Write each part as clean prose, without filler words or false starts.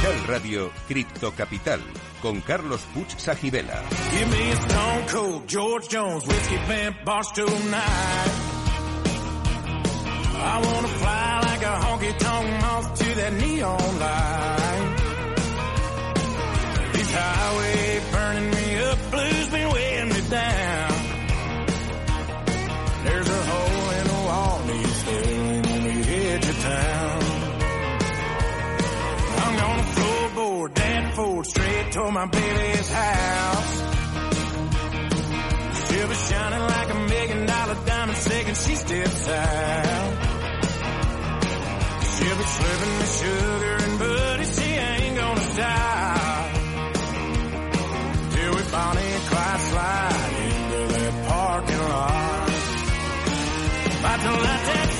Capital Radio, Cripto Capital, con Carlos Puig Sajibela. Give me a Stone Cold George Jones whiskey vamp Barstool night. I wanna fly like a honky-tonk moth to that neon light. This highway burning me up, blues been weighing me down. There's a hole in the wall, needs filling on the edge of town. I'm gonna floorboard that Ford straight to my baby's house. She'll be shining like $1 million diamond second she steps out. She'll be slurping the sugar and buddy, she ain't gonna stop till we Bonnie and Clyde slide into that parking lot. About to light that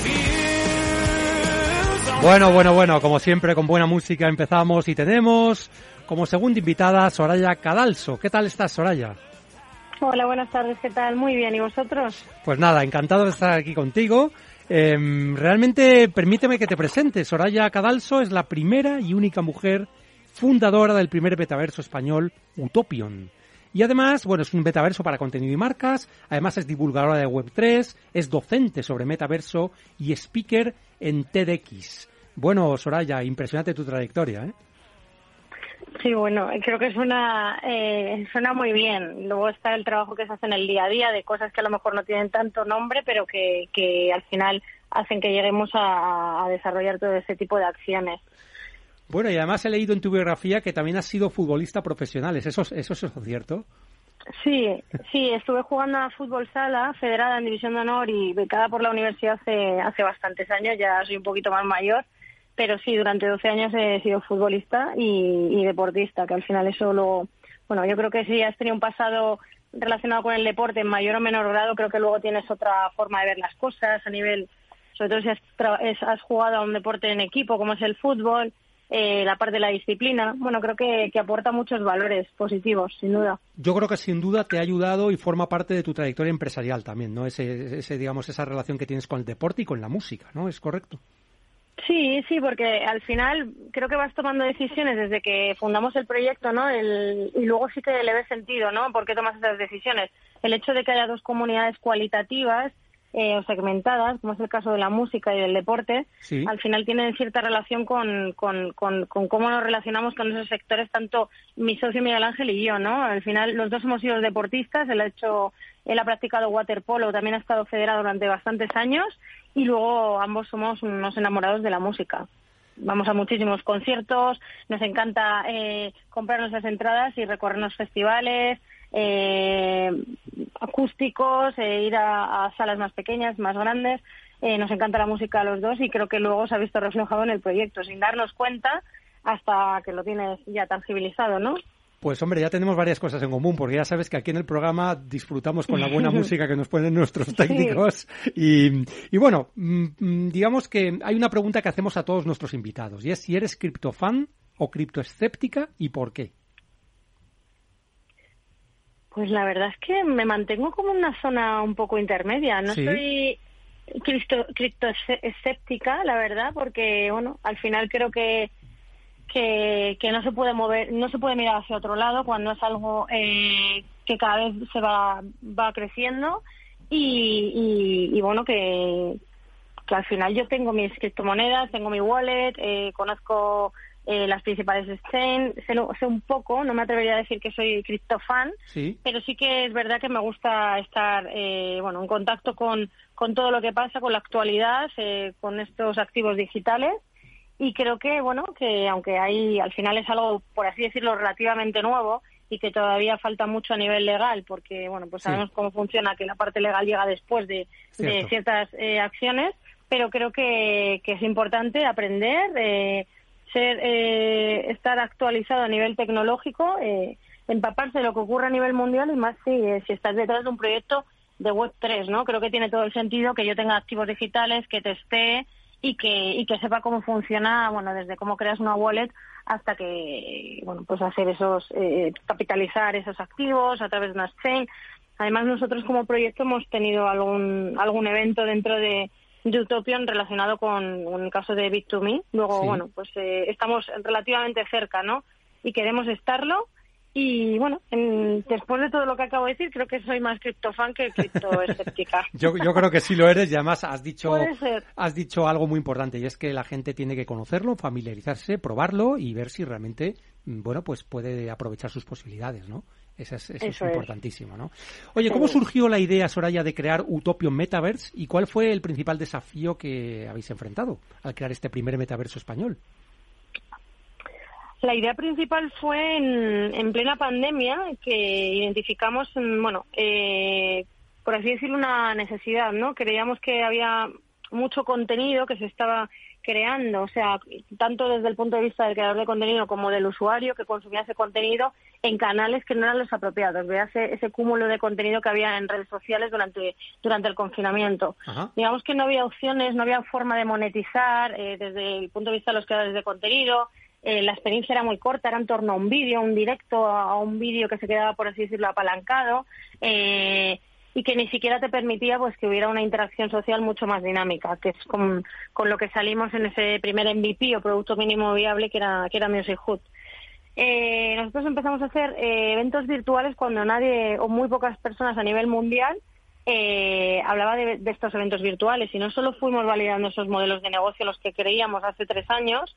fuse on. Bueno, como siempre con buena música empezamos y tenemos como segunda invitada a Soraya Cadalso. ¿Qué tal estás, Soraya? Hola, buenas tardes, ¿qué tal? Muy bien, ¿y vosotros? Pues nada, encantado de estar aquí contigo. Realmente, permíteme que te presente. Soraya Cadalso es la primera y única mujer fundadora del primer metaverso español, Utopion. Y además, bueno, es un metaverso para contenido y marcas, además es divulgadora de Web3, es docente sobre metaverso y speaker en TEDx. Bueno, Soraya, impresionante tu trayectoria, ¿eh? Sí, bueno, creo que suena muy bien. Luego está el trabajo que se hace en el día a día de cosas que a lo mejor no tienen tanto nombre, pero que al final hacen que lleguemos a desarrollar todo ese tipo de acciones. Bueno, y además he leído en tu biografía que también has sido futbolista profesional. ¿Eso es cierto? Sí, estuve jugando a fútbol sala, federada en División de Honor y becada por la universidad hace bastantes años, ya soy un poquito más mayor. Pero sí, durante 12 años he sido futbolista y deportista, que al final eso bueno, yo creo que si has tenido un pasado relacionado con el deporte en mayor o menor grado, creo que luego tienes otra forma de ver las cosas a nivel, sobre todo si has jugado a un deporte en equipo como es el fútbol, la parte de la disciplina. Bueno, creo que aporta muchos valores positivos, sin duda. Yo creo que sin duda te ha ayudado y forma parte de tu trayectoria empresarial también, ¿no? Digamos, esa relación que tienes con el deporte y con la música, ¿no? ¿Es correcto? Sí, porque al final creo que vas tomando decisiones desde que fundamos el proyecto, ¿no? Y luego sí que le ves sentido, ¿no? ¿Por qué tomas esas decisiones? El hecho de que haya dos comunidades cualitativas o segmentadas, como es el caso de la música y del deporte, sí, al final tienen cierta relación con cómo nos relacionamos con esos sectores, tanto mi socio Miguel Ángel y yo, ¿no? Al final los dos hemos sido deportistas, él ha practicado waterpolo, también ha estado federado durante bastantes años y luego ambos somos unos enamorados de la música. Vamos a muchísimos conciertos, nos encanta comprar nuestras entradas y recorrernos festivales, acústicos, ir a salas más pequeñas, más grandes. Nos encanta la música a los dos y creo que luego se ha visto reflejado en el proyecto, sin darnos cuenta hasta que lo tienes ya tangibilizado, ¿no? Pues hombre, ya tenemos varias cosas en común, porque ya sabes que aquí en el programa disfrutamos con la buena música que nos ponen nuestros técnicos. Sí. Y bueno, digamos que hay una pregunta que hacemos a todos nuestros invitados, y es si eres criptofan o criptoescéptica y por qué. Pues la verdad es que me mantengo como en una zona un poco intermedia. No soy criptoescéptica, la verdad, porque bueno, al final creo que no se puede mover, no se puede mirar hacia otro lado cuando es algo que cada vez se va creciendo y bueno, que al final yo tengo mis criptomonedas, tengo mi wallet, conozco las principales exchanges, sé un poco, no me atrevería a decir que soy criptofan, sí, pero sí que es verdad que me gusta estar en contacto con todo lo que pasa, con la actualidad, con estos activos digitales. Y creo que, bueno, que aunque al final es algo, por así decirlo, relativamente nuevo y que todavía falta mucho a nivel legal, porque, bueno, pues sabemos cómo funciona, que la parte legal llega después de ciertas acciones, pero creo que es importante aprender, estar actualizado a nivel tecnológico, empaparse de lo que ocurre a nivel mundial y más si estás detrás de un proyecto de Web3, ¿no? Creo que tiene todo el sentido que yo tenga activos digitales, que testee y que sepa cómo funciona, bueno, desde cómo creas una wallet hasta que, bueno, pues hacer capitalizar esos activos a través de una exchange. Además, nosotros como proyecto hemos tenido algún evento dentro de Utopion relacionado con el caso de Bit2Me. Luego, Sí. bueno, pues estamos relativamente cerca, ¿no? Y queremos estarlo. Y bueno, después de todo lo que acabo de decir, creo que soy más criptofan que criptoescéptica. Yo creo que sí lo eres, y además has Puede ser. dicho algo muy importante, y es que la gente tiene que conocerlo, familiarizarse, probarlo y ver si realmente, bueno, pues puede aprovechar sus posibilidades, ¿no? Eso es importantísimo, ¿no? Oye, ¿cómo surgió la idea, Soraya, de crear Utopion Metaverse y cuál fue el principal desafío que habéis enfrentado al crear este primer metaverso español? La idea principal fue en plena pandemia, que identificamos, bueno, por así decirlo, una necesidad, ¿no? Creíamos que había mucho contenido que se estaba creando, o sea, tanto desde el punto de vista del creador de contenido como del usuario que consumía ese contenido en canales que no eran los apropiados. Veas ese cúmulo de contenido que había en redes sociales durante el confinamiento. Ajá. Digamos que no había opciones, no había forma de monetizar desde el punto de vista de los creadores de contenido. La experiencia era muy corta, era en torno a un vídeo, un directo, a un vídeo que se quedaba, por así decirlo, apalancado, y que ni siquiera te permitía pues que hubiera una interacción social mucho más dinámica, que es con lo que salimos en ese primer MVP o producto mínimo viable que era Music Hood. Nosotros empezamos a hacer eventos virtuales cuando nadie o muy pocas personas a nivel mundial hablaba de estos eventos virtuales, y no solo fuimos validando esos modelos de negocio los que creíamos hace 3 años,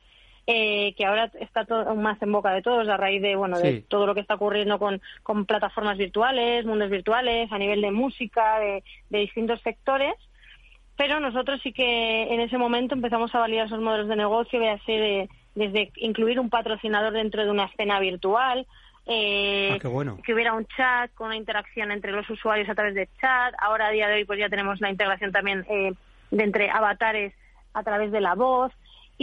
que ahora está todo más en boca de todos a raíz de de todo lo que está ocurriendo con plataformas virtuales, mundos virtuales, a nivel de música, de distintos sectores. Pero nosotros sí que en ese momento empezamos a validar esos modelos de negocio, desde incluir un patrocinador dentro de una escena virtual, Qué bueno. que hubiera un chat con una interacción entre los usuarios a través de chat. Ahora, a día de hoy, pues ya tenemos la integración también de entre avatares a través de la voz.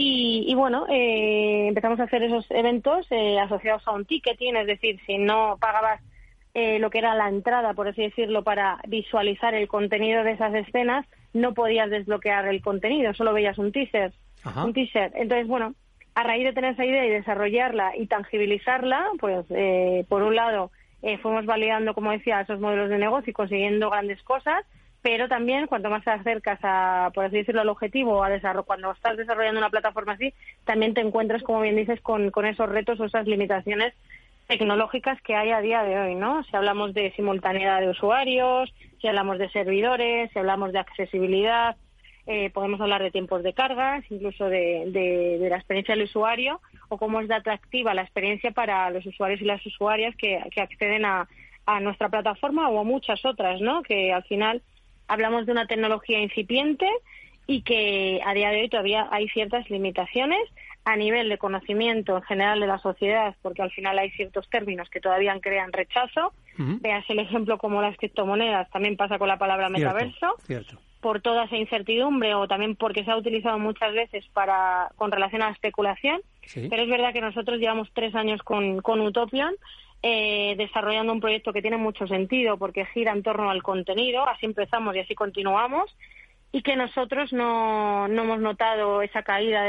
Y bueno, empezamos a hacer esos eventos asociados a un ticketing, es decir, si no pagabas lo que era la entrada, por así decirlo, para visualizar el contenido de esas escenas, no podías desbloquear el contenido, solo veías un teaser. Ajá. Un teaser. Entonces, bueno, a raíz de tener esa idea y desarrollarla y tangibilizarla, pues por un lado fuimos validando, como decía, esos modelos de negocio y consiguiendo grandes cosas, pero también cuanto más te acercas por así decirlo, al objetivo, cuando estás desarrollando una plataforma así, también te encuentras, como bien dices, con esos retos o esas limitaciones tecnológicas que hay a día de hoy, ¿no? Si hablamos de simultaneidad de usuarios, si hablamos de servidores, si hablamos de accesibilidad, podemos hablar de tiempos de cargas, incluso de la experiencia del usuario, o cómo es de atractiva la experiencia para los usuarios y las usuarias que acceden a nuestra plataforma o a muchas otras, ¿no? Que al final hablamos de una tecnología incipiente y que a día de hoy todavía hay ciertas limitaciones a nivel de conocimiento en general de la sociedad, porque al final hay ciertos términos que todavía crean rechazo. Uh-huh. Veas el ejemplo como las criptomonedas, también pasa con la palabra metaverso. Cierto. Por toda esa incertidumbre, o también porque se ha utilizado muchas veces con relación a la especulación. Sí. Pero es verdad que nosotros llevamos 3 años con Utopion, desarrollando un proyecto que tiene mucho sentido porque gira en torno al contenido. Así empezamos y así continuamos, y que nosotros no hemos notado esa caída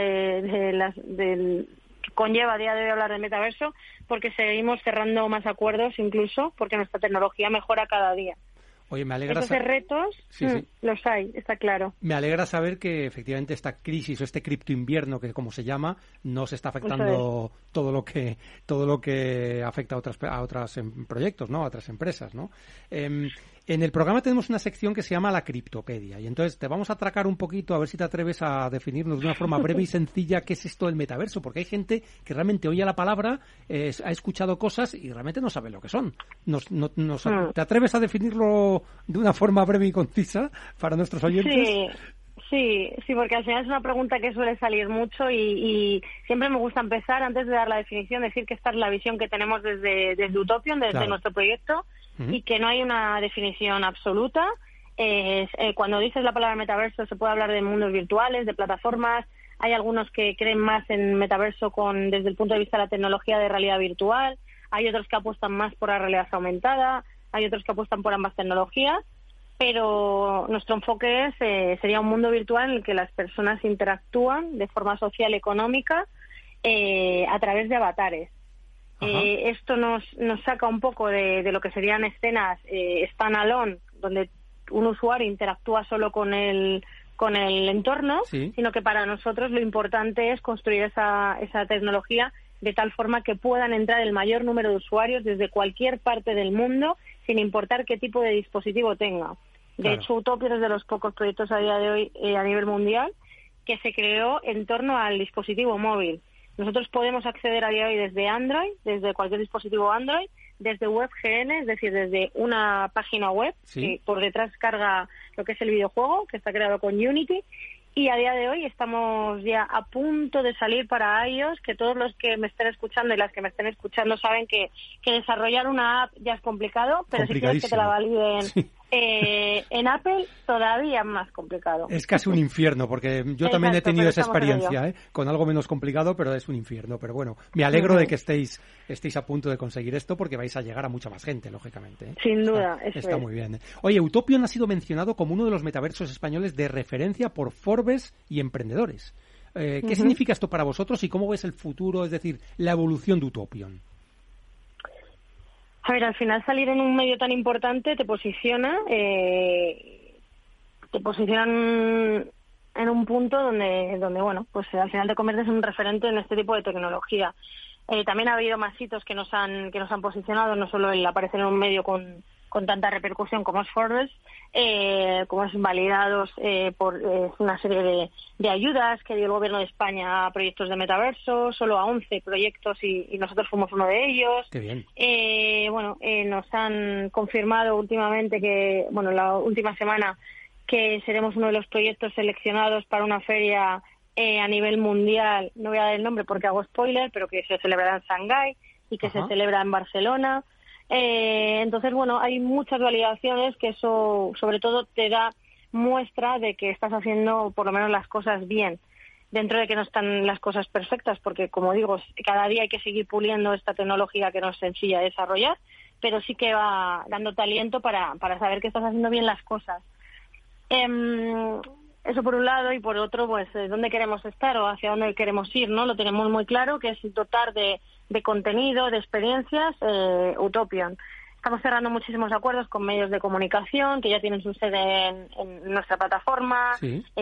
que conlleva a día de hoy hablar del metaverso, porque seguimos cerrando más acuerdos, incluso porque nuestra tecnología mejora cada día. Oye, me alegra Esos retos los hay, está claro. Me alegra saber que efectivamente esta crisis o este criptoinvierno, que como se llama, no se está afectando todo lo que afecta a otros proyectos, ¿no? A otras empresas, ¿no? En el programa tenemos una sección que se llama la Criptopedia, y entonces te vamos a atracar un poquito a ver si te atreves a definirnos de una forma breve y sencilla qué es esto del metaverso, porque hay gente que realmente oye la palabra, ha escuchado cosas y realmente no sabe lo que son. ¿Te atreves a definirlo de una forma breve y concisa para nuestros oyentes? Sí, porque al final es una pregunta que suele salir mucho y siempre me gusta empezar, antes de dar la definición, decir que esta es la visión que tenemos desde Utopion, desde nuestro proyecto, y que no hay una definición absoluta. Cuando dices la palabra metaverso se puede hablar de mundos virtuales, de plataformas. Hay algunos que creen más en metaverso desde el punto de vista de la tecnología de realidad virtual, hay otros que apuestan más por la realidad aumentada, hay otros que apuestan por ambas tecnologías, pero nuestro enfoque sería un mundo virtual en el que las personas interactúan de forma social y económica a través de avatares. Esto nos saca un poco de lo que serían escenas standalone, donde un usuario interactúa solo con el con el entorno, sino que para nosotros lo importante es construir esa tecnología de tal forma que puedan entrar el mayor número de usuarios desde cualquier parte del mundo, sin importar qué tipo de dispositivo tenga. De hecho, Utopion es de los pocos proyectos a día de hoy a nivel mundial que se creó en torno al dispositivo móvil. Nosotros podemos acceder a día de hoy desde Android, desde cualquier dispositivo Android, desde WebGN, es decir, desde una página web que por detrás carga lo que es el videojuego, que está creado con Unity, y a día de hoy estamos ya a punto de salir para iOS, que todos los que me estén escuchando y las que me estén escuchando saben que desarrollar una app ya es complicado, pero si quieres que te la validen en Apple, todavía más complicado. Es casi un infierno, porque yo también he tenido esa experiencia, con algo menos complicado, pero es un infierno. Pero bueno, me alegro de que estéis a punto de conseguir esto, porque vais a llegar a mucha más gente, lógicamente. Sin duda, está muy bien. Oye, Utopion ha sido mencionado como uno de los metaversos españoles de referencia por Forbes y emprendedores. ¿Qué significa esto para vosotros y cómo ves el futuro, es decir, la evolución de Utopion? A ver, al final salir en un medio tan importante te posiciona en un punto donde bueno, pues al final te conviertes en un referente en este tipo de tecnología. También ha habido más hitos que nos han posicionado, no solo el aparecer en un medio con tanta repercusión como es Forbes, como es validados por una serie de ayudas que dio el Gobierno de España a proyectos de metaverso, solo a 11 proyectos y nosotros fuimos uno de ellos. Qué bien. Nos han confirmado últimamente la última semana que seremos uno de los proyectos seleccionados para una feria a nivel mundial, no voy a dar el nombre porque hago spoiler, pero que se celebrará en Shanghái y que se celebra en Barcelona. Entonces, hay muchas validaciones que eso, sobre todo, te da muestra de que estás haciendo por lo menos las cosas bien, dentro de que no están las cosas perfectas, porque, como digo, cada día hay que seguir puliendo esta tecnología que no es sencilla de desarrollar, pero sí que va dándote aliento para saber que estás haciendo bien las cosas. Eso por un lado, y por otro, pues, dónde queremos estar o hacia dónde queremos ir, ¿no? Lo tenemos muy claro, que es dotar de contenido, de experiencias, Utopion. Estamos cerrando muchísimos acuerdos con medios de comunicación que ya tienen su sede en nuestra plataforma,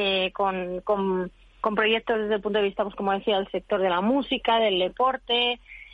con proyectos desde el punto de vista, pues como decía, del sector de la música, del deporte.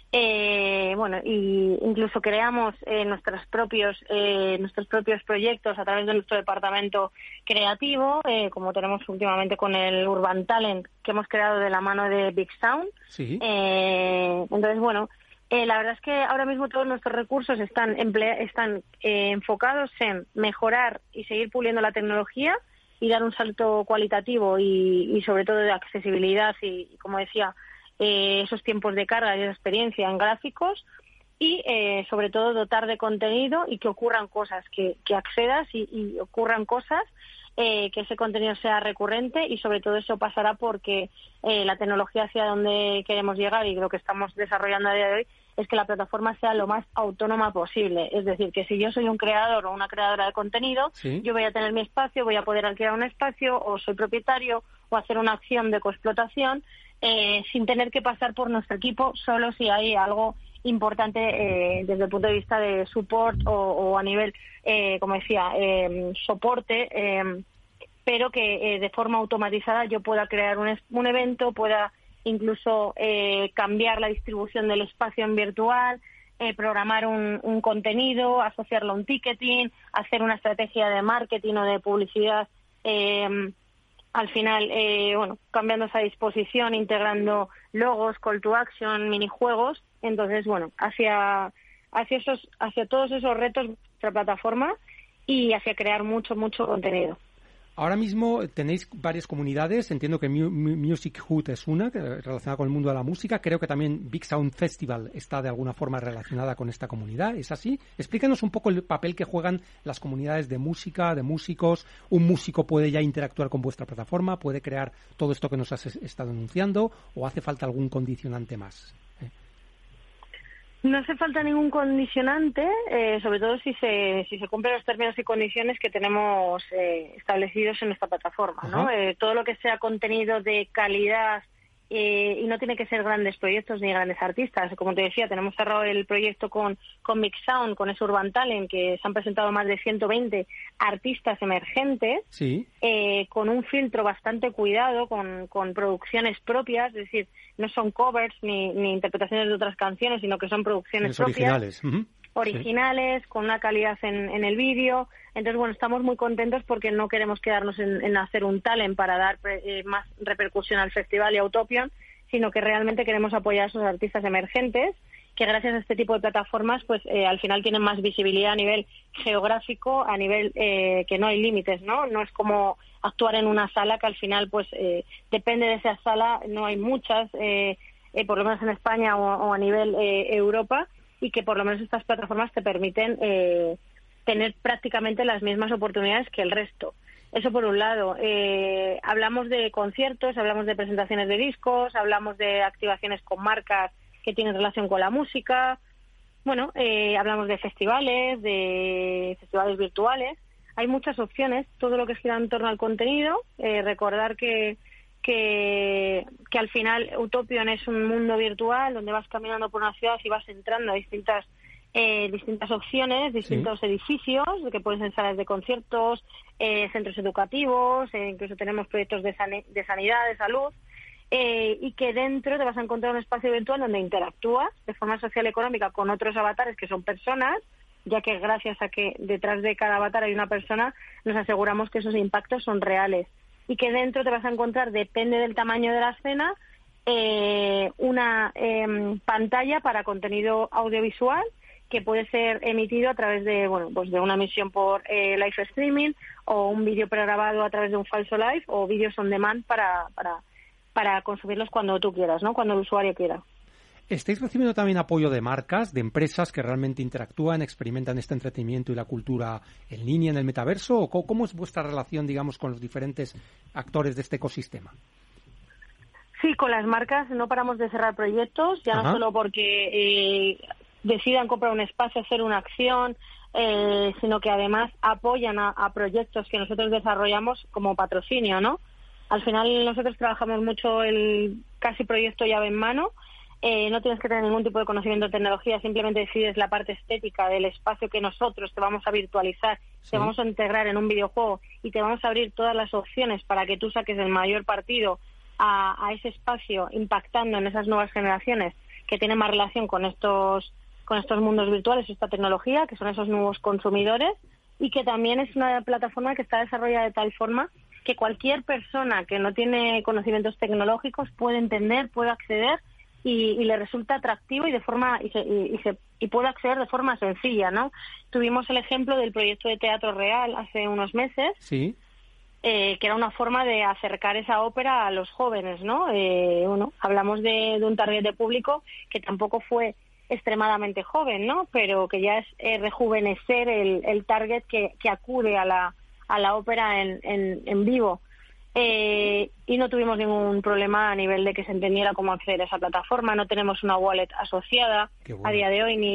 Y incluso creamos nuestros propios proyectos a través de nuestro departamento creativo, como tenemos últimamente con el Urban Talent que hemos creado de la mano de Big Sound. Entonces, la verdad es que ahora mismo todos nuestros recursos están enfocados en mejorar y seguir puliendo la tecnología y dar un salto cualitativo y sobre todo de accesibilidad y como decía, esos tiempos de carga y de experiencia en gráficos y sobre todo dotar de contenido y que ocurran cosas, que accedas y ocurran cosas, que ese contenido sea recurrente y sobre todo eso pasará porque la tecnología hacia donde queremos llegar y lo que estamos desarrollando a día de hoy es que la plataforma sea lo más autónoma posible. Es decir, que si yo soy un creador o una creadora de contenido, yo voy a tener mi espacio, voy a poder alquilar un espacio o soy propietario o hacer una acción de coexplotación sin tener que pasar por nuestro equipo, solo si hay algo importante desde el punto de vista de support o a nivel, como decía, soporte, pero que de forma automatizada yo pueda crear un evento, pueda incluso cambiar la distribución del espacio en virtual, programar un contenido, asociarlo a un ticketing, hacer una estrategia de marketing o de publicidad, al final, cambiando esa disposición, integrando logos, call to action, minijuegos. Entonces, hacia todos esos retos de nuestra plataforma y hacia crear mucho contenido. Ahora mismo tenéis varias comunidades, entiendo que Music Hood es una, relacionada con el mundo de la música, creo que también Big Sound Festival está de alguna forma relacionada con esta comunidad, ¿es así? Explícanos un poco el papel que juegan las comunidades de música, de músicos. Un músico puede ya interactuar con vuestra plataforma, puede crear todo esto que nos has estado anunciando, o hace falta algún condicionante más. No hace falta ningún condicionante, sobre todo si se cumplen los términos y condiciones que tenemos establecidos en nuestra plataforma, ¿no? Todo lo que sea contenido de calidad y no tiene que ser grandes proyectos ni grandes artistas. Como te decía, tenemos cerrado el proyecto con Mix Sound, con ese Urban Talent, que se han presentado más de 120 artistas emergentes, Sí. Con un filtro bastante cuidado, con producciones propias, es decir, no son covers ni interpretaciones de otras canciones, sino que son producciones propias. Originales. Originales, sí. Con una calidad en el vídeo. Entonces, bueno, estamos muy contentos porque no queremos quedarnos en hacer un talent para dar más repercusión al festival y a Utopion, sino que realmente queremos apoyar a esos artistas emergentes que gracias a este tipo de plataformas pues al final tienen más visibilidad a nivel geográfico, a nivel que no hay límites, ¿no? No es como actuar en una sala que al final pues depende de esa sala, no hay muchas, por lo menos en España o a nivel Europa, y que por lo menos estas plataformas te permiten tener prácticamente las mismas oportunidades que el resto. Eso por un lado. Hablamos de conciertos, hablamos de presentaciones de discos, hablamos de activaciones con marcas que tienen relación con la música. Bueno, hablamos de festivales virtuales. Hay muchas opciones, todo lo que gira en torno al contenido. Recordar que al final Utopion es un mundo virtual donde vas caminando por una ciudad y vas entrando a distintas opciones, distintos edificios, que pueden ser salas de conciertos, centros educativos, incluso tenemos proyectos de sanidad, de salud, y que dentro te vas a encontrar un espacio virtual donde interactúas de forma social y económica con otros avatares que son personas, ya que gracias a que detrás de cada avatar hay una persona, nos aseguramos que esos impactos son reales. Y que dentro te vas a encontrar, depende del tamaño de la escena, una pantalla para contenido audiovisual que puede ser emitido a través de de una emisión por live streaming, o un vídeo pregrabado a través de un falso live, o vídeos on demand para consumirlos cuando tú quieras, ¿no? Cuando el usuario quiera. ¿Estáis recibiendo también apoyo de marcas, de empresas que realmente interactúan, experimentan este entretenimiento y la cultura en línea, en el metaverso? ¿O cómo es vuestra relación, digamos, con los diferentes actores de este ecosistema? Sí, con las marcas no paramos de cerrar proyectos, ya no solo porque decidan comprar un espacio, hacer una acción, sino que además apoyan a proyectos que nosotros desarrollamos como patrocinio, ¿no? Al final nosotros trabajamos mucho el casi proyecto llave en mano. No tienes que tener ningún tipo de conocimiento de tecnología, simplemente decides la parte estética del espacio que nosotros te vamos a virtualizar, te vamos a integrar en un videojuego y te vamos a abrir todas las opciones para que tú saques el mayor partido a ese espacio, impactando en esas nuevas generaciones que tienen más relación con estos mundos virtuales, esta tecnología, que son esos nuevos consumidores, y que también es una plataforma que está desarrollada de tal forma que cualquier persona que no tiene conocimientos tecnológicos puede entender, puede acceder y le resulta atractivo y puede acceder de forma sencilla, ¿no? Tuvimos el ejemplo del proyecto de Teatro Real hace unos meses, sí, que era una forma de acercar esa ópera a los jóvenes, ¿no? Hablamos de un target de público que tampoco fue extremadamente joven, ¿no? Pero que ya es rejuvenecer el target que acude a la ópera en vivo. Y no tuvimos ningún problema a nivel de que se entendiera cómo acceder a esa plataforma. No tenemos una wallet asociada a día de hoy,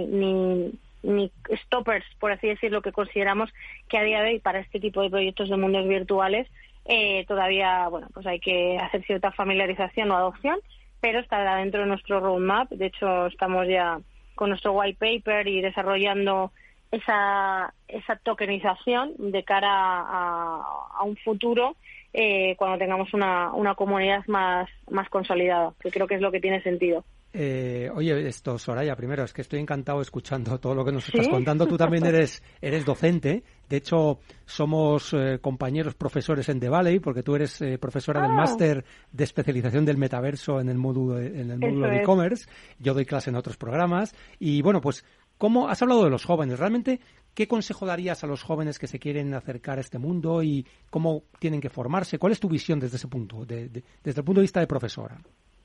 ni stoppers, por así decirlo, que consideramos que a día de hoy para este tipo de proyectos de mundos virtuales todavía, pues hay que hacer cierta familiarización o adopción, pero está dentro de nuestro roadmap. De hecho, estamos ya con nuestro white paper y desarrollando esa tokenización de cara a un futuro cuando tengamos una comunidad más consolidada, que creo que es lo que tiene sentido. Oye, Soraya, primero, es que estoy encantado escuchando todo lo que nos estás contando. Tú también eres docente. De hecho, somos compañeros profesores en The Valley, porque tú eres profesora del máster de especialización del metaverso en el módulo de e-commerce. Yo doy clase en otros programas. Y bueno, pues, ¿cómo has hablado de los jóvenes? Realmente, ¿qué consejo darías a los jóvenes que se quieren acercar a este mundo y cómo tienen que formarse? ¿Cuál es tu visión desde ese punto, desde el punto de vista de profesora?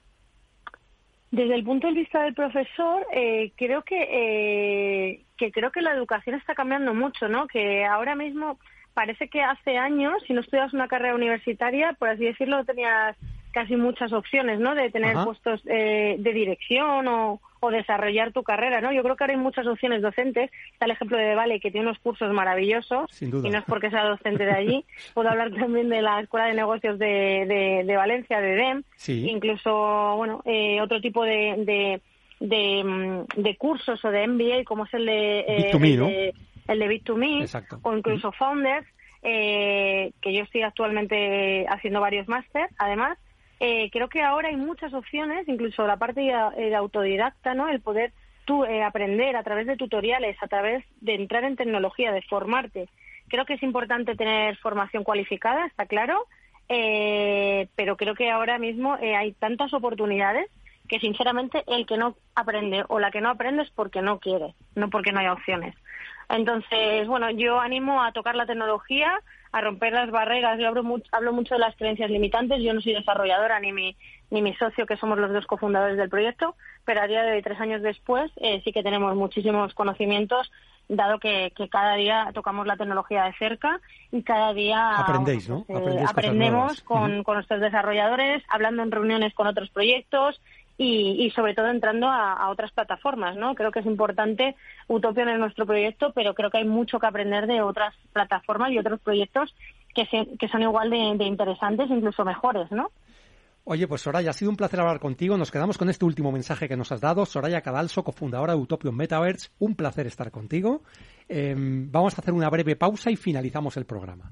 Desde el punto de vista del profesor, creo que la educación está cambiando mucho, ¿no? Que ahora mismo parece que hace años, si no estudiabas una carrera universitaria, por así decirlo, no tenías casi muchas opciones, ¿no? De tener puestos de dirección o desarrollar tu carrera, ¿no? Yo creo que ahora hay muchas opciones docentes. Está el ejemplo de Vale, que tiene unos cursos maravillosos. Sin duda. Y no es porque sea docente de allí. Puedo hablar también de la Escuela de Negocios de Valencia, de DEM. Sí. Incluso, bueno, otro tipo de cursos o de MBA, como es el de Bit2Me, ¿no? El de Bit2Me. Exacto. O incluso Founders, que yo estoy actualmente haciendo varios máster, además. Creo que ahora hay muchas opciones, incluso la parte de autodidacta, ¿no? El poder tú aprender a través de tutoriales, a través de entrar en tecnología, de formarte. Creo que es importante tener formación cualificada, está claro, pero creo que ahora mismo hay tantas oportunidades que, sinceramente, el que no aprende o la que no aprende es porque no quiere, no porque no haya opciones. Entonces, bueno, yo animo a tocar la tecnología, a romper las barreras. Yo hablo mucho de las creencias limitantes. Yo no soy desarrolladora ni mi socio, que somos los dos cofundadores del proyecto, pero a día de hoy, 3 años después, sí que tenemos muchísimos conocimientos, dado que cada día tocamos la tecnología de cerca y cada día aprendéis, ¿no? Aprendemos con nuestros desarrolladores, hablando en reuniones con otros proyectos y sobre todo entrando a otras plataformas, ¿no? Creo que es importante. Utopion es nuestro proyecto, pero creo que hay mucho que aprender de otras plataformas y otros proyectos que son igual de interesantes, incluso mejores, ¿no? Oye, pues Soraya, ha sido un placer hablar contigo. Nos quedamos con este último mensaje que nos has dado. Soraya Cadalso, cofundadora de Utopion Metaverse. Un placer estar contigo. Vamos a hacer una breve pausa y finalizamos el programa.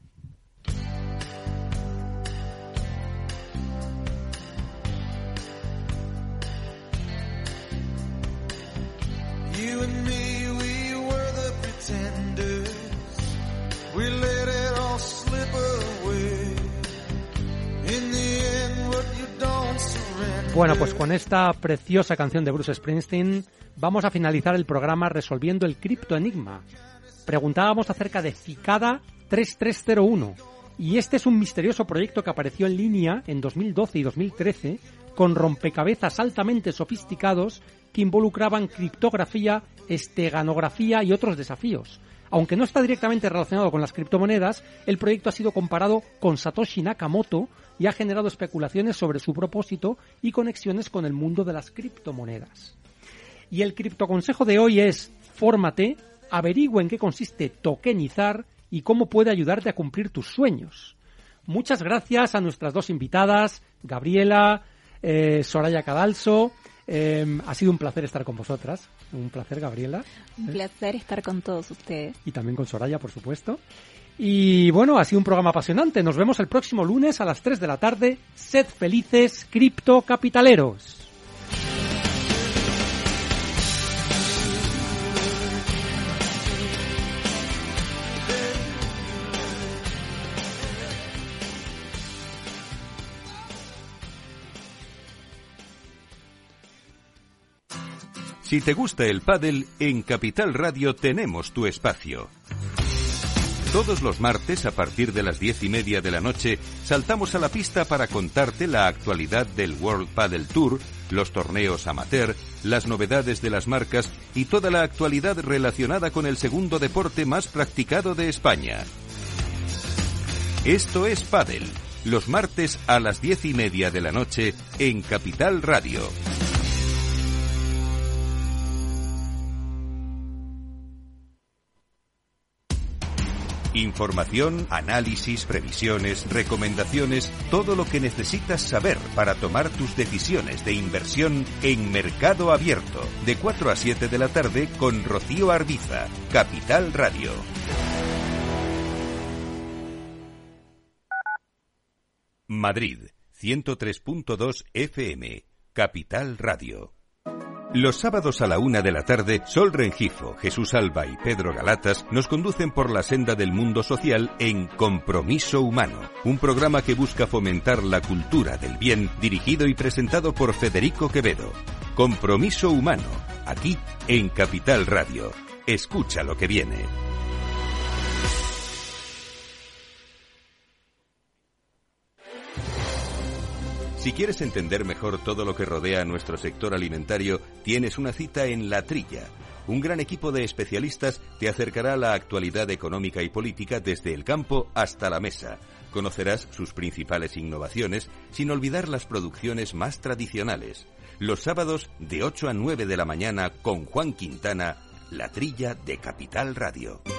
You and me, we were the pretenders. We let it all slip away. In the end, what you don't surrender. Bueno, pues con esta preciosa canción de Bruce Springsteen vamos a finalizar el programa resolviendo el criptoenigma. Preguntábamos acerca de Cicada 3301 y este es un misterioso proyecto que apareció en línea en 2012 y 2013 con rompecabezas altamente sofisticados que involucraban criptografía, esteganografía y otros desafíos. Aunque no está directamente relacionado con las criptomonedas, el proyecto ha sido comparado con Satoshi Nakamoto y ha generado especulaciones sobre su propósito y conexiones con el mundo de las criptomonedas. Y el criptoconsejo de hoy es: fórmate, averigua en qué consiste tokenizar y cómo puede ayudarte a cumplir tus sueños. Muchas gracias a nuestras dos invitadas, Gabriela, Soraya Cadalso. Ha sido un placer estar con vosotras. Un placer, Gabriela. Un placer estar con todos ustedes. Y también con Soraya, por supuesto. Y bueno, ha sido un programa apasionante. Nos vemos el próximo lunes a las 3 de la tarde. Sed felices, criptocapitaleros. Si te gusta el pádel, en Capital Radio tenemos tu espacio. Todos los martes, a partir de las 10:30 de la noche, saltamos a la pista para contarte la actualidad del World Padel Tour, los torneos amateur, las novedades de las marcas y toda la actualidad relacionada con el segundo deporte más practicado de España. Esto es Pádel, los martes a las 10:30 de la noche en Capital Radio. Información, análisis, previsiones, recomendaciones, todo lo que necesitas saber para tomar tus decisiones de inversión en Mercado Abierto, de 4 a 7 de la tarde con Rocío Arbiza, Capital Radio. Madrid, 103.2 FM, Capital Radio. Los sábados a la 1 de la tarde, Sol Rengifo, Jesús Alba y Pedro Galatas nos conducen por la senda del mundo social en Compromiso Humano, un programa que busca fomentar la cultura del bien, dirigido y presentado por Federico Quevedo. Compromiso Humano, aquí en Capital Radio. Escucha lo que viene. Si quieres entender mejor todo lo que rodea a nuestro sector alimentario, tienes una cita en La Trilla. Un gran equipo de especialistas te acercará a la actualidad económica y política desde el campo hasta la mesa. Conocerás sus principales innovaciones sin olvidar las producciones más tradicionales. Los sábados de 8 a 9 de la mañana con Juan Quintana, La Trilla de Capital Radio.